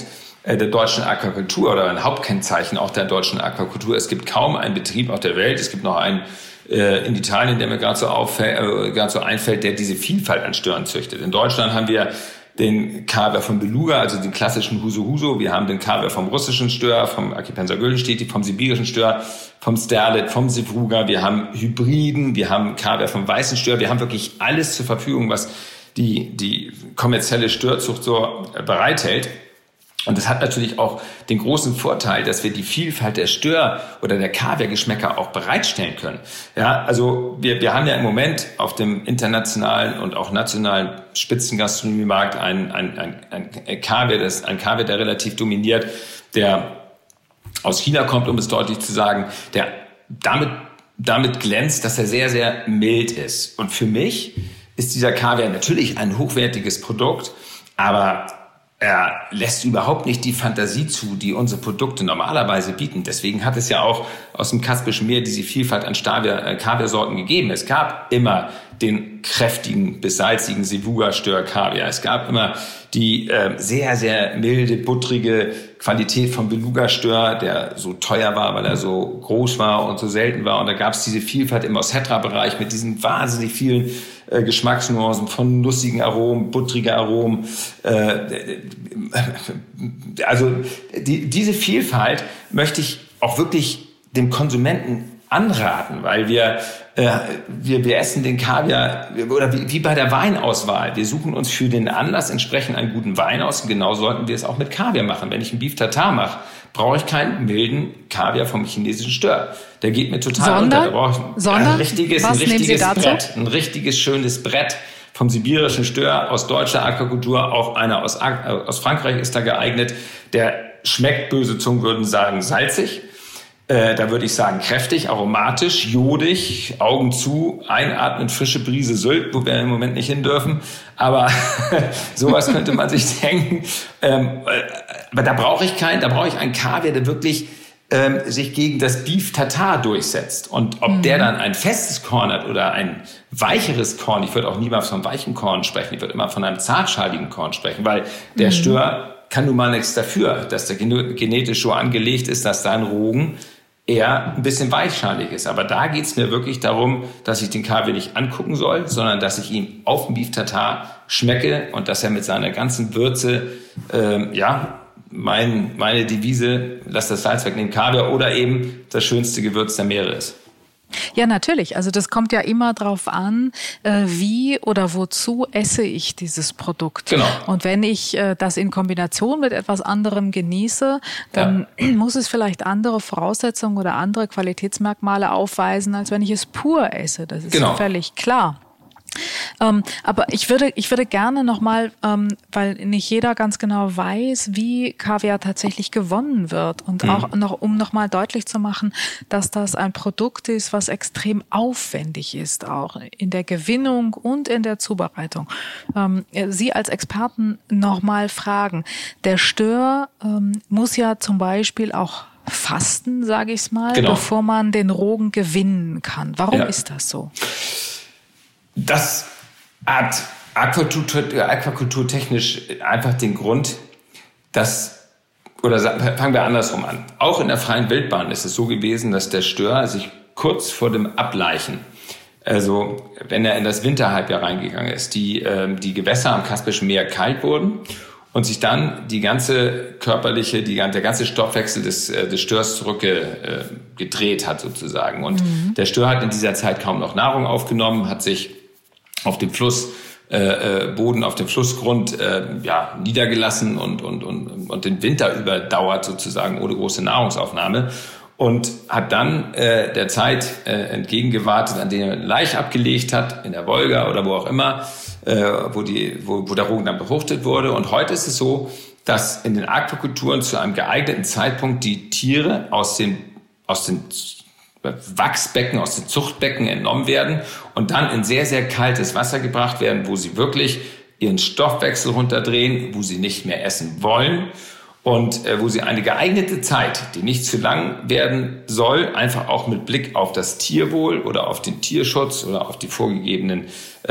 der deutschen Aquakultur oder ein Hauptkennzeichen auch der deutschen Aquakultur. Es gibt kaum einen Betrieb auf der Welt, es gibt noch einen in Italien, der mir gerade so einfällt, der diese Vielfalt an Stören züchtet. In Deutschland haben wir den Kaviar vom Beluga, also den klassischen Huso. Wir haben den Kaviar vom russischen Stör, vom Archipenser Güldenstedt, vom sibirischen Stör, vom Sterlet, vom Sevruga. Wir haben Hybriden, wir haben Kaviar vom weißen Stör. Wir haben wirklich alles zur Verfügung, was die kommerzielle Störzucht so bereithält. Und das hat natürlich auch den großen Vorteil, dass wir die Vielfalt der Stör- oder der Kaviargeschmäcker auch bereitstellen können. Ja, also wir haben ja im Moment auf dem internationalen und auch nationalen Spitzengastronomiemarkt ein Kaviar, der relativ dominiert, der aus China kommt, um es deutlich zu sagen, der damit glänzt, dass er sehr, sehr mild ist. Und für mich ist dieser Kaviar natürlich ein hochwertiges Produkt, aber er lässt überhaupt nicht die Fantasie zu, die unsere Produkte normalerweise bieten. Deswegen hat es ja auch aus dem Kaspischen Meer diese Vielfalt an Kaviarsorten gegeben. Es gab immer den kräftigen bis salzigen Sevruga-Stör-Kaviar. Es gab immer die sehr, sehr milde, buttrige Qualität vom Beluga-Stör, der so teuer war, weil er so groß war und so selten war. Und da gab es diese Vielfalt im Ossetra-Bereich mit diesen wahnsinnig vielen Geschmacksnuancen von nussigen Aromen, buttrige Aromen. Also diese Vielfalt möchte ich auch wirklich dem Konsumenten anraten, weil wir essen den Kaviar, oder wie bei der Weinauswahl. Wir suchen uns für den Anlass entsprechend einen guten Wein aus, und genau sollten wir es auch mit Kaviar machen. Wenn ich einen Beef Tartar mache, brauche ich keinen milden Kaviar vom chinesischen Stör. Der geht mir total unter. Da brauche ich ein richtiges Brett, ein richtiges schönes Brett vom sibirischen Stör aus deutscher Aquakultur. Auch einer aus Frankreich ist da geeignet. Der schmeckt, böse Zungen würden sagen, salzig. Da würde ich sagen kräftig, aromatisch, jodig, Augen zu, einatmen, frische Brise Sylt, wo wir im Moment nicht hin dürfen. Aber sowas könnte man sich denken. Aber da brauche ich einen Kaviar, der wirklich sich gegen das Beef Tartar durchsetzt. Und ob der dann ein festes Korn hat oder ein weicheres Korn, ich würde auch niemals vom weichen Korn sprechen, ich würde immer von einem zartschaligen Korn sprechen, weil der Stör kann nun mal nichts dafür, dass der genetisch so angelegt ist, dass sein Rogen eher ein bisschen weichschalig ist. Aber da geht es mir wirklich darum, dass ich den Kaviar nicht angucken soll, sondern dass ich ihn auf dem Beef Tartar schmecke und dass er mit seiner ganzen Würze, meine Devise, lass das Salz wegnehmen, Kaviar oder eben das schönste Gewürz der Meere ist. Ja, natürlich. Also das kommt ja immer drauf an, wie oder wozu esse ich dieses Produkt. Genau. Und wenn ich das in Kombination mit etwas anderem genieße, dann muss es vielleicht andere Voraussetzungen oder andere Qualitätsmerkmale aufweisen, als wenn ich es pur esse. Das ist völlig klar. Aber ich würde gerne nochmal, weil nicht jeder ganz genau weiß, wie Kaviar tatsächlich gewonnen wird und auch um nochmal deutlich zu machen, dass das ein Produkt ist, was extrem aufwendig ist, auch in der Gewinnung und in der Zubereitung. Sie als Experten nochmal fragen. Der Stör muss ja zum Beispiel auch fasten, sage ich es mal, bevor man den Rogen gewinnen kann. Warum ist das so? Das hat aquakulturtechnisch einfach den Grund, fangen wir andersrum an. Auch in der freien Wildbahn ist es so gewesen, dass der Stör sich kurz vor dem Ableichen, also wenn er in das Winterhalbjahr reingegangen ist, die Gewässer am Kaspischen Meer kalt wurden und sich dann der ganze Stoffwechsel des Störs zurückgedreht hat sozusagen. Und der Stör hat in dieser Zeit kaum noch Nahrung aufgenommen, hat sich auf dem Flussboden, auf dem Flussgrund niedergelassen und den Winter überdauert sozusagen ohne große Nahrungsaufnahme und hat dann der Zeit entgegengewartet, an der er Laich abgelegt hat, in der Wolga oder wo auch immer, wo der Rogen dann befruchtet wurde. Und heute ist es so, dass in den Aquakulturen zu einem geeigneten Zeitpunkt die Tiere aus den Wachsbecken, aus den Zuchtbecken entnommen werden und dann in sehr, sehr kaltes Wasser gebracht werden, wo sie wirklich ihren Stoffwechsel runterdrehen, wo sie nicht mehr essen wollen und wo sie eine geeignete Zeit, die nicht zu lang werden soll, einfach auch mit Blick auf das Tierwohl oder auf den Tierschutz oder auf die vorgegebenen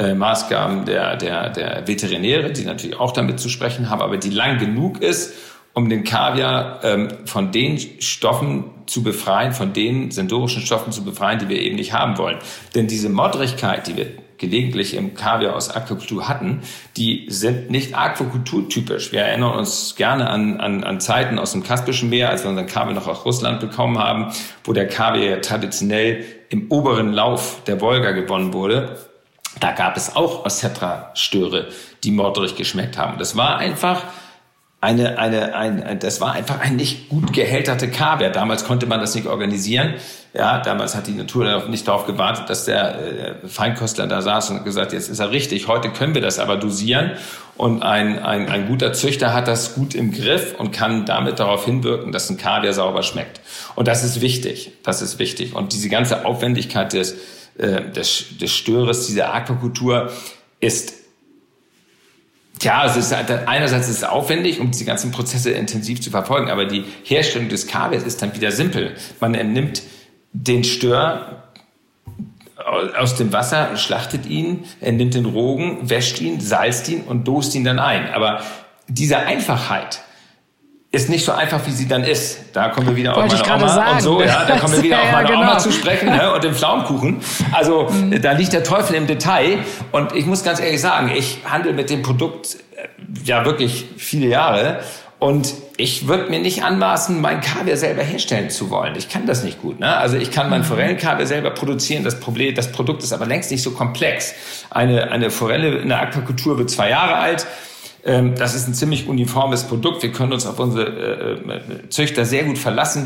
Maßgaben der Veterinäre, die natürlich auch damit zu sprechen haben, aber die lang genug ist, um den Kaviar von den Stoffen zu befreien, von den sensorischen Stoffen zu befreien, die wir eben nicht haben wollen. Denn diese Moddrigkeit, die wir gelegentlich im Kaviar aus Aquakultur hatten, die sind nicht aquakulturtypisch. Wir erinnern uns gerne an Zeiten aus dem Kaspischen Meer, als wir unseren Kaviar noch aus Russland bekommen haben, wo der Kaviar traditionell im oberen Lauf der Wolga gewonnen wurde. Da gab es auch Osetra-Störe, die moddrig geschmeckt haben. Das war einfach ein nicht gut gehälterte Kaviar. Damals konnte man das nicht organisieren. Ja, damals hat die Natur nicht darauf gewartet, dass der Feinkostler da saß und gesagt, jetzt ist er richtig. Heute können wir das aber dosieren. Und ein guter Züchter hat das gut im Griff und kann damit darauf hinwirken, dass ein Kaviar sauber schmeckt. Und das ist wichtig. Das ist wichtig. Und diese ganze Aufwendigkeit des Störers, dieser Aquakultur ist, es ist einerseits ist es aufwendig, um diese ganzen Prozesse intensiv zu verfolgen, aber die Herstellung des Kaviars ist dann wieder simpel. Man nimmt den Stör aus dem Wasser, schlachtet ihn, er nimmt den Rogen, wäscht ihn, salzt ihn und dost ihn dann ein. Aber diese Einfachheit ist nicht so einfach, wie sie dann ist. Da kommen wir wieder auf meine Oma sagen. Und so. Ja, da kommen wir wieder auf meine Oma zu sprechen, ne, und den Pflaumenkuchen. Also da liegt der Teufel im Detail. Und ich muss ganz ehrlich sagen, ich handle mit dem Produkt ja wirklich viele Jahre. Und ich würde mir nicht anmaßen, mein Kaviar selber herstellen zu wollen. Ich kann das nicht gut. Ne? Also ich kann mein Forellenkaviar selber produzieren. Das Produkt ist aber längst nicht so komplex. Eine Forelle in der Aquakultur wird 2 Jahre alt. Das ist ein ziemlich uniformes Produkt. Wir können uns auf unsere Züchter sehr gut verlassen.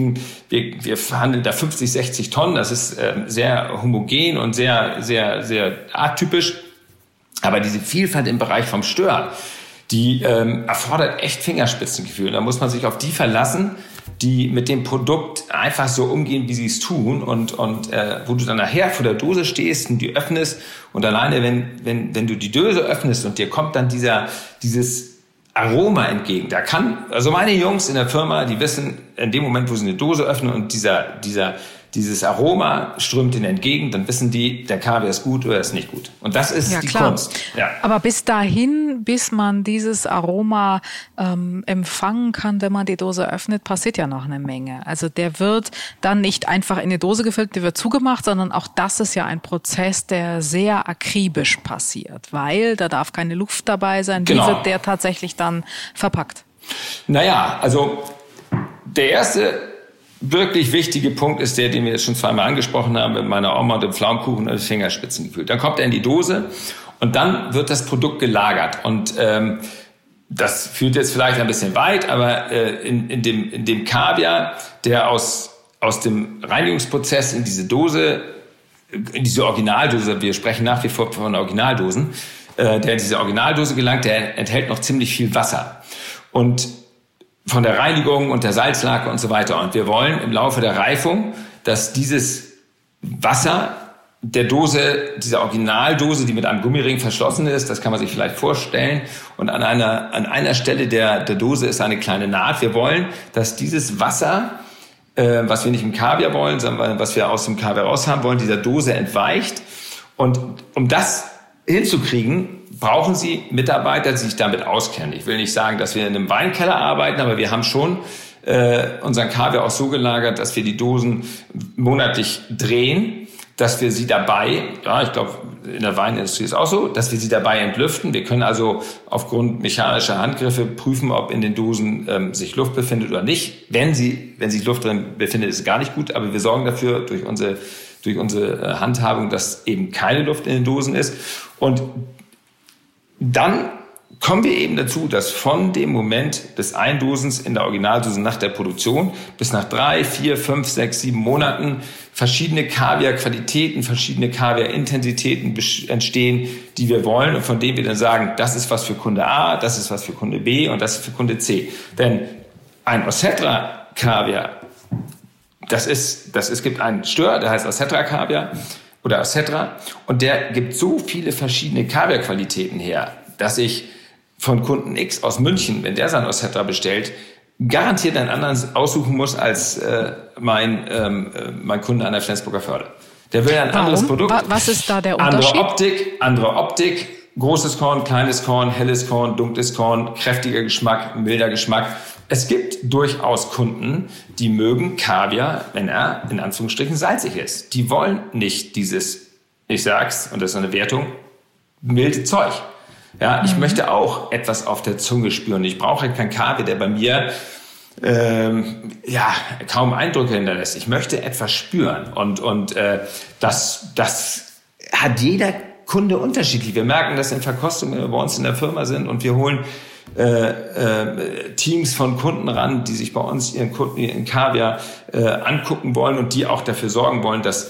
Wir verhandeln da 50, 60 Tonnen. Das ist sehr homogen und sehr, sehr, sehr atypisch. Aber diese Vielfalt im Bereich vom Stör, die erfordert echt Fingerspitzengefühl. Da muss man sich auf die verlassen, die mit dem Produkt einfach so umgehen, wie sie es tun und wo du dann nachher vor der Dose stehst und die öffnest und alleine, wenn du die Dose öffnest und dir kommt dann dieses Aroma entgegen. Also meine Jungs in der Firma, die wissen, in dem Moment, wo sie eine Dose öffnen und dieses Aroma strömt ihnen entgegen, dann wissen die, der Kaviar ist gut oder ist nicht gut. Und das ist die Kunst. Ja. Aber bis man dieses Aroma empfangen kann, wenn man die Dose öffnet, passiert ja noch eine Menge. Also der wird dann nicht einfach in die Dose gefüllt, der wird zugemacht, sondern auch das ist ja ein Prozess, der sehr akribisch passiert, weil da darf keine Luft dabei sein. Wie wird der tatsächlich dann verpackt? Naja, also der erste wirklich wichtige Punkt ist der, den wir jetzt schon 2-mal angesprochen haben, mit meiner Oma und dem Pflaumenkuchen und den Fingerspitzengefühl. Dann kommt er in die Dose und dann wird das Produkt gelagert. Und das führt jetzt vielleicht ein bisschen weit, aber in dem Kaviar, der aus dem Reinigungsprozess in diese Dose, in diese Originaldose, wir sprechen nach wie vor von Originaldosen, der in diese Originaldose gelangt, der enthält noch ziemlich viel Wasser. Und von der Reinigung und der Salzlake und so weiter. Und wir wollen im Laufe der Reifung, dass dieses Wasser der Dose, dieser Originaldose, die mit einem Gummiring verschlossen ist, das kann man sich vielleicht vorstellen. Und an einer Stelle der Dose ist eine kleine Naht. Wir wollen, dass dieses Wasser, was wir nicht im Kaviar wollen, sondern was wir aus dem Kaviar raus haben wollen, dieser Dose entweicht. Und um das hinzukriegen, brauchen Sie Mitarbeiter, die sich damit auskennen. Ich will nicht sagen, dass wir in einem Weinkeller arbeiten, aber wir haben schon unseren Kaviar auch so gelagert, dass wir die Dosen monatlich drehen, dass wir sie dabei, ich glaube, in der Weinindustrie ist es auch so, dass wir sie dabei entlüften. Wir können also aufgrund mechanischer Handgriffe prüfen, ob in den Dosen sich Luft befindet oder nicht. Wenn sich Luft drin befindet, ist es gar nicht gut, aber wir sorgen dafür durch unsere Handhabung, dass eben keine Luft in den Dosen ist. Und dann kommen wir eben dazu, dass von dem Moment des Eindosens in der Originaldose nach der Produktion bis nach 3, 4, 5, 6, 7 Monaten verschiedene Kaviar-Qualitäten, verschiedene Kaviar-Intensitäten entstehen, die wir wollen und von denen wir dann sagen, das ist was für Kunde A, das ist was für Kunde B und das ist für Kunde C. Denn ein Osetra-Kaviar, es gibt einen Stör, der heißt Osetra-Kaviar oder Osetra und der gibt so viele verschiedene Kaviar-Qualitäten her, dass ich von Kunden X aus München, wenn der sein Osetra bestellt, garantiert einen anderen aussuchen muss als mein Kunde an der Flensburger Förde. Der will ein anderes Produkt. Was ist da der Unterschied? Andere Optik, großes Korn, kleines Korn, helles Korn, dunkles Korn, kräftiger Geschmack, milder Geschmack. Es gibt durchaus Kunden, die mögen Kaviar, wenn er in Anführungsstrichen salzig ist. Die wollen nicht dieses, ich sag's, und das ist eine Wertung, milde Zeug. Ja, ich möchte auch etwas auf der Zunge spüren. Ich brauche keinen Kaviar, der bei mir kaum Eindrücke hinterlässt. Ich möchte etwas spüren. Und das hat jeder Kunde unterschiedlich. Wir merken das in Verkostungen, wenn wir bei uns in der Firma sind und wir holen Teams von Kunden ran, die sich bei uns ihren Kaviar angucken wollen und die auch dafür sorgen wollen, dass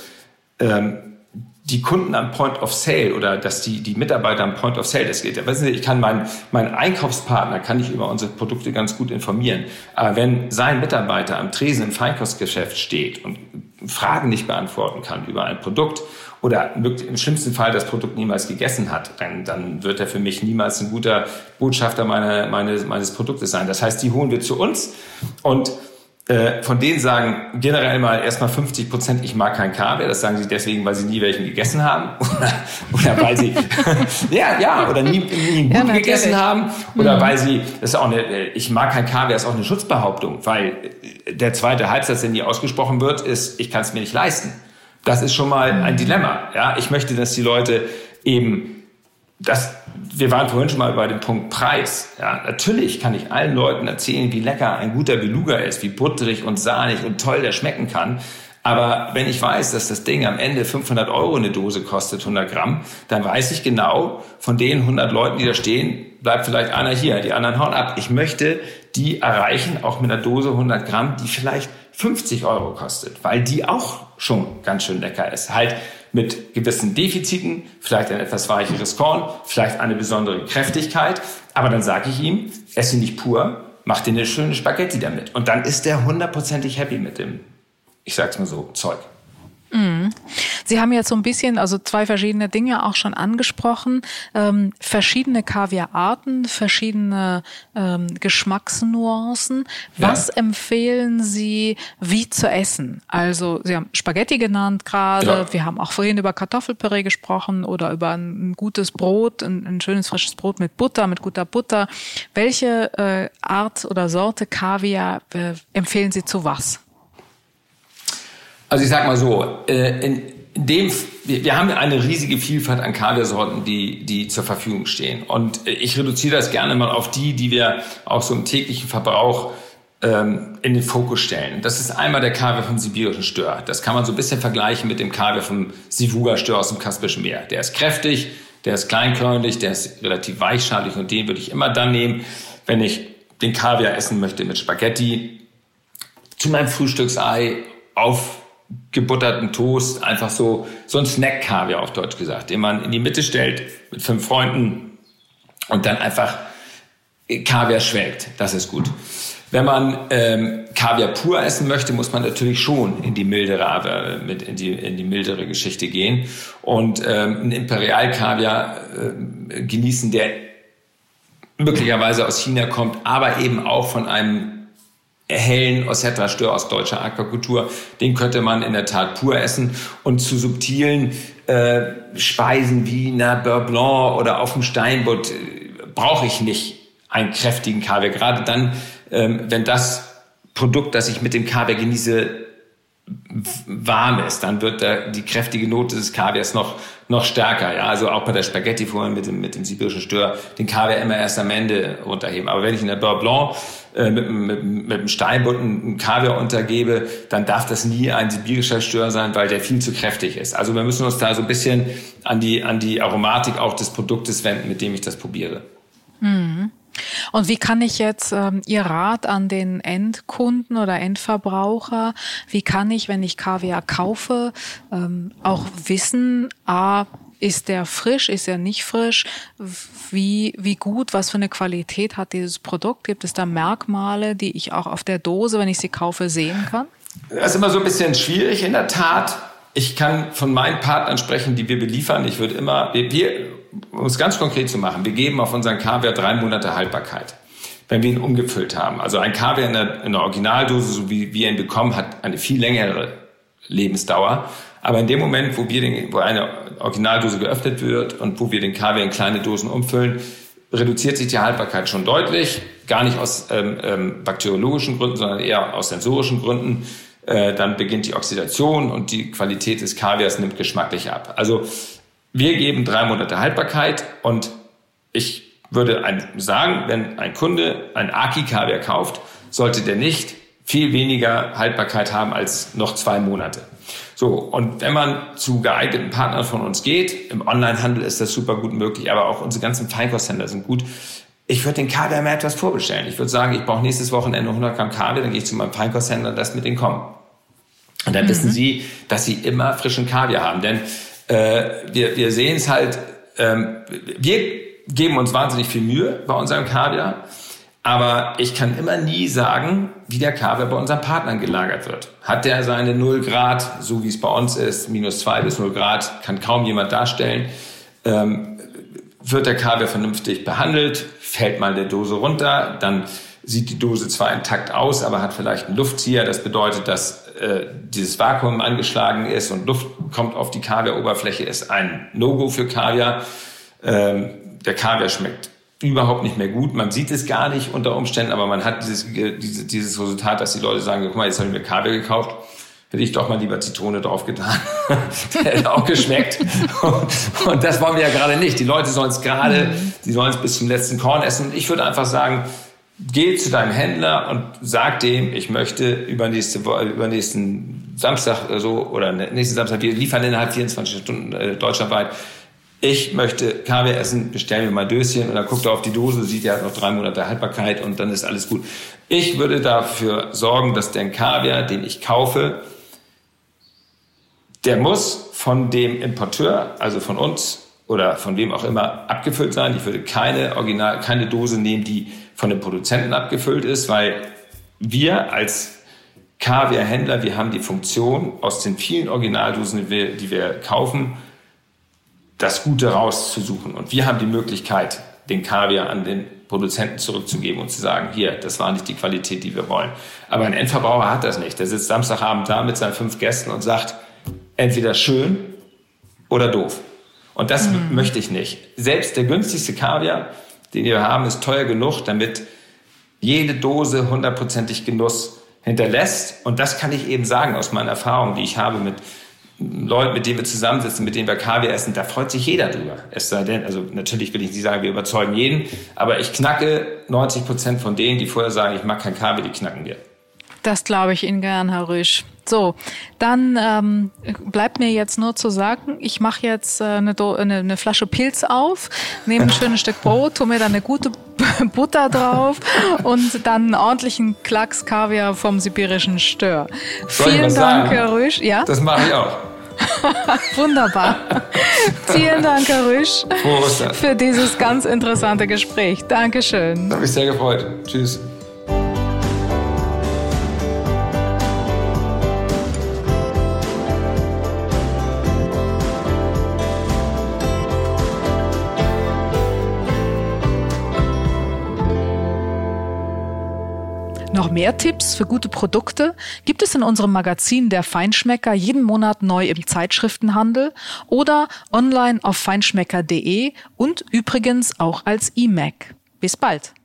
die Kunden am Point of Sale oder dass die Mitarbeiter am Point of Sale, das geht. Wissen Sie, ich kann meinen Einkaufspartner kann ich über unsere Produkte ganz gut informieren. Aber wenn sein Mitarbeiter am Tresen im Feinkostgeschäft steht und Fragen nicht beantworten kann über ein Produkt oder im schlimmsten Fall das Produkt niemals gegessen hat, dann wird er für mich niemals ein guter Botschafter meines Produktes sein. Das heißt, die holen wir zu uns und von denen sagen generell mal erstmal 50%, ich mag keinen Kaviar. Das sagen sie deswegen, weil sie nie welchen gegessen haben oder weil sie oder nie einen guten gegessen haben oder weil sie, das ist auch ich mag keinen Kaviar, ist auch eine Schutzbehauptung, weil der zweite Halbsatz, der nie ausgesprochen wird, ist, ich kann es mir nicht leisten. Das ist schon mal ein Dilemma. Ja, ich möchte, dass die Leute eben wir waren vorhin schon mal bei dem Punkt Preis. Ja, natürlich kann ich allen Leuten erzählen, wie lecker ein guter Beluga ist, wie butterig und sahnig und toll der schmecken kann. Aber wenn ich weiß, dass das Ding am Ende 500 € eine Dose kostet, 100 Gramm, dann weiß ich genau, von den 100 Leuten, die da stehen, bleibt vielleicht einer hier, die anderen hauen ab. Ich möchte die erreichen, auch mit einer Dose 100 Gramm, die vielleicht 50 € kostet, weil die auch schon ganz schön lecker ist. Halt mit gewissen Defiziten, vielleicht ein etwas weicheres Korn, vielleicht eine besondere Kräftigkeit. Aber dann sage ich ihm, esse nicht pur, mach dir eine schöne Spaghetti damit. Und dann ist der 100%ig happy mit dem, ich sag's mal so, Zeug. Sie haben jetzt so ein bisschen, also zwei verschiedene Dinge auch schon angesprochen. Verschiedene Kaviararten, verschiedene Geschmacksnuancen. Was empfehlen Sie, wie zu essen? Also Sie haben Spaghetti genannt gerade. Ja. Wir haben auch vorhin über Kartoffelpüree gesprochen oder über ein gutes Brot, ein schönes frisches Brot mit Butter, mit guter Butter. Welche Art oder Sorte Kaviar empfehlen Sie zu was? Also ich sag mal so, wir haben eine riesige Vielfalt an Kaviarsorten, die zur Verfügung stehen. Und ich reduziere das gerne mal auf die wir auch so im täglichen Verbrauch in den Fokus stellen. Das ist einmal der Kaviar vom sibirischen Stör. Das kann man so ein bisschen vergleichen mit dem Kaviar vom Sivuga-Stör aus dem Kaspischen Meer. Der ist kräftig, der ist kleinkörnig, der ist relativ weichschalig und den würde ich immer dann nehmen, wenn ich den Kaviar essen möchte mit Spaghetti, zu meinem Frühstücksei, auf gebutterten Toast, einfach so ein Snack-Kaviar auf Deutsch gesagt, den man in die Mitte stellt mit 5 Freunden und dann einfach Kaviar schwelgt. Das ist gut. Wenn man Kaviar pur essen möchte, muss man natürlich schon in die mildere, in die mildere Geschichte gehen und einen Imperial-Kaviar genießen, der möglicherweise aus China kommt, aber eben auch von einem hellen Ossetra-Stör aus deutscher Aquakultur, den könnte man in der Tat pur essen. Und zu subtilen Speisen wie einer Beurre Blanc oder auf dem Steinbutt brauche ich nicht einen kräftigen Kaviar. Gerade dann, wenn das Produkt, das ich mit dem Kaviar genieße, warm ist, dann wird die kräftige Note des Kaviars noch stärker. Ja? Also auch bei der Spaghetti vorhin mit dem sibirischen Stör, den Kaviar immer erst am Ende runterheben. Aber wenn ich in der Beurre Blanc mit dem Steinbutt einen Kaviar untergebe, dann darf das nie ein sibirischer Stör sein, weil der viel zu kräftig ist. Also wir müssen uns da so ein bisschen an die Aromatik auch des Produktes wenden, mit dem ich das probiere. Mhm. Und wie kann ich jetzt Ihr Rat an den Endkunden oder Endverbraucher, wie kann ich, wenn ich Kaviar kaufe, auch wissen, ist der frisch, ist er nicht frisch, wie gut, was für eine Qualität hat dieses Produkt? Gibt es da Merkmale, die ich auch auf der Dose, wenn ich sie kaufe, sehen kann? Das ist immer so ein bisschen schwierig in der Tat. Ich kann von meinen Partnern sprechen, die wir beliefern. Ich würde immer, um es ganz konkret zu machen, wir geben auf unseren Kaviar 3 Monate Haltbarkeit, wenn wir ihn umgefüllt haben. Also ein Kaviar in der Originaldose, so wie wir ihn bekommen, hat eine viel längere Lebensdauer Aber in dem Moment, wo eine Originaldose geöffnet wird und wo wir den Kaviar in kleine Dosen umfüllen, reduziert sich die Haltbarkeit schon deutlich. Gar nicht aus bakteriologischen Gründen, sondern eher aus sensorischen Gründen. Dann beginnt die Oxidation und die Qualität des Kaviars nimmt geschmacklich ab. Also wir geben 3 Monate Haltbarkeit und ich würde sagen, wenn ein Kunde ein Aki-Kaviar kauft, sollte der nicht viel weniger Haltbarkeit haben als noch 2 Monate. So, und wenn man zu geeigneten Partnern von uns geht, im Onlinehandel ist das super gut möglich, aber auch unsere ganzen Feinkosthändler sind gut. Ich würde den Kaviar mehr etwas vorbestellen. Ich würde sagen, ich brauche nächstes Wochenende 100 Gramm Kaviar, dann gehe ich zu meinem Feinkosthändler und lasse mit denen kommen. Und dann wissen sie, dass sie immer frischen Kaviar haben. Denn wir sehen es halt, wir geben uns wahnsinnig viel Mühe bei unserem Kaviar, aber ich kann immer nie sagen, wie der Kaviar bei unseren Partnern gelagert wird. Hat der seine 0 Grad, so wie es bei uns ist, -2 bis 0 Grad, kann kaum jemand darstellen. Wird der Kaviar vernünftig behandelt, fällt mal eine Dose runter, dann sieht die Dose zwar intakt aus, aber hat vielleicht einen Luftzieher. Das bedeutet, dass dieses Vakuum angeschlagen ist und Luft kommt auf die Kaviaroberfläche, ist ein No-Go für Kaviar. Der Kaviar schmeckt überhaupt nicht mehr gut. Man sieht es gar nicht unter Umständen, aber man hat dieses Resultat, dass die Leute sagen, guck mal, jetzt habe ich mir Kaviar gekauft, hätte ich doch mal lieber Zitrone drauf getan. Der hätte auch geschmeckt. Und das wollen wir ja gerade nicht. Die Leute sollen es die sollen es bis zum letzten Korn essen. Und ich würde einfach sagen, geh zu deinem Händler und sag dem, ich möchte übernächsten Samstag oder nächsten Samstag, wir liefern innerhalb 24 Stunden deutschlandweit. Ich möchte Kaviar essen, bestell mir mal Döschen und dann guckt er auf die Dose, sieht, er hat noch 3 Monate Haltbarkeit und dann ist alles gut. Ich würde dafür sorgen, dass der Kaviar, den ich kaufe, der muss von dem Importeur, also von uns oder von wem auch immer, abgefüllt sein. Ich würde keine Dose nehmen, die von dem Produzenten abgefüllt ist, weil wir als Kaviarhändler, wir haben die Funktion, aus den vielen Originaldosen, die wir kaufen, das Gute rauszusuchen. Und wir haben die Möglichkeit, den Kaviar an den Produzenten zurückzugeben und zu sagen, hier, das war nicht die Qualität, die wir wollen. Aber ein Endverbraucher hat das nicht. Der sitzt Samstagabend da mit seinen 5 Gästen und sagt, entweder schön oder doof. Und das möchte ich nicht. Selbst der günstigste Kaviar, den wir haben, ist teuer genug, damit jede Dose 100%ig Genuss hinterlässt. Und das kann ich eben sagen aus meiner Erfahrung, die ich habe mit Leuten, mit denen wir zusammensitzen, mit denen wir Kaviar essen, da freut sich jeder drüber. Es sei denn, also natürlich will ich nicht sagen, wir überzeugen jeden, aber ich knacke 90% von denen, die vorher sagen, ich mag kein Kaviar, die knacken wir. Das glaube ich Ihnen gern, Herr Rüsch. So, dann bleibt mir jetzt nur zu sagen, ich mache jetzt eine Flasche Pilz auf, nehme ein schönes Stück Brot, tue mir dann eine gute Butter drauf und dann einen ordentlichen Klacks Kaviar vom sibirischen Stör. Vielen Dank, Herr Rüsch. Ja? Das mache ich auch. Wunderbar. Vielen Dank, Herr Rüsch, für dieses ganz interessante Gespräch. Dankeschön. Hat mich sehr gefreut. Tschüss. Noch mehr Tipps für gute Produkte gibt es in unserem Magazin Der Feinschmecker jeden Monat neu im Zeitschriftenhandel oder online auf feinschmecker.de und übrigens auch als E-Mac. Bis bald!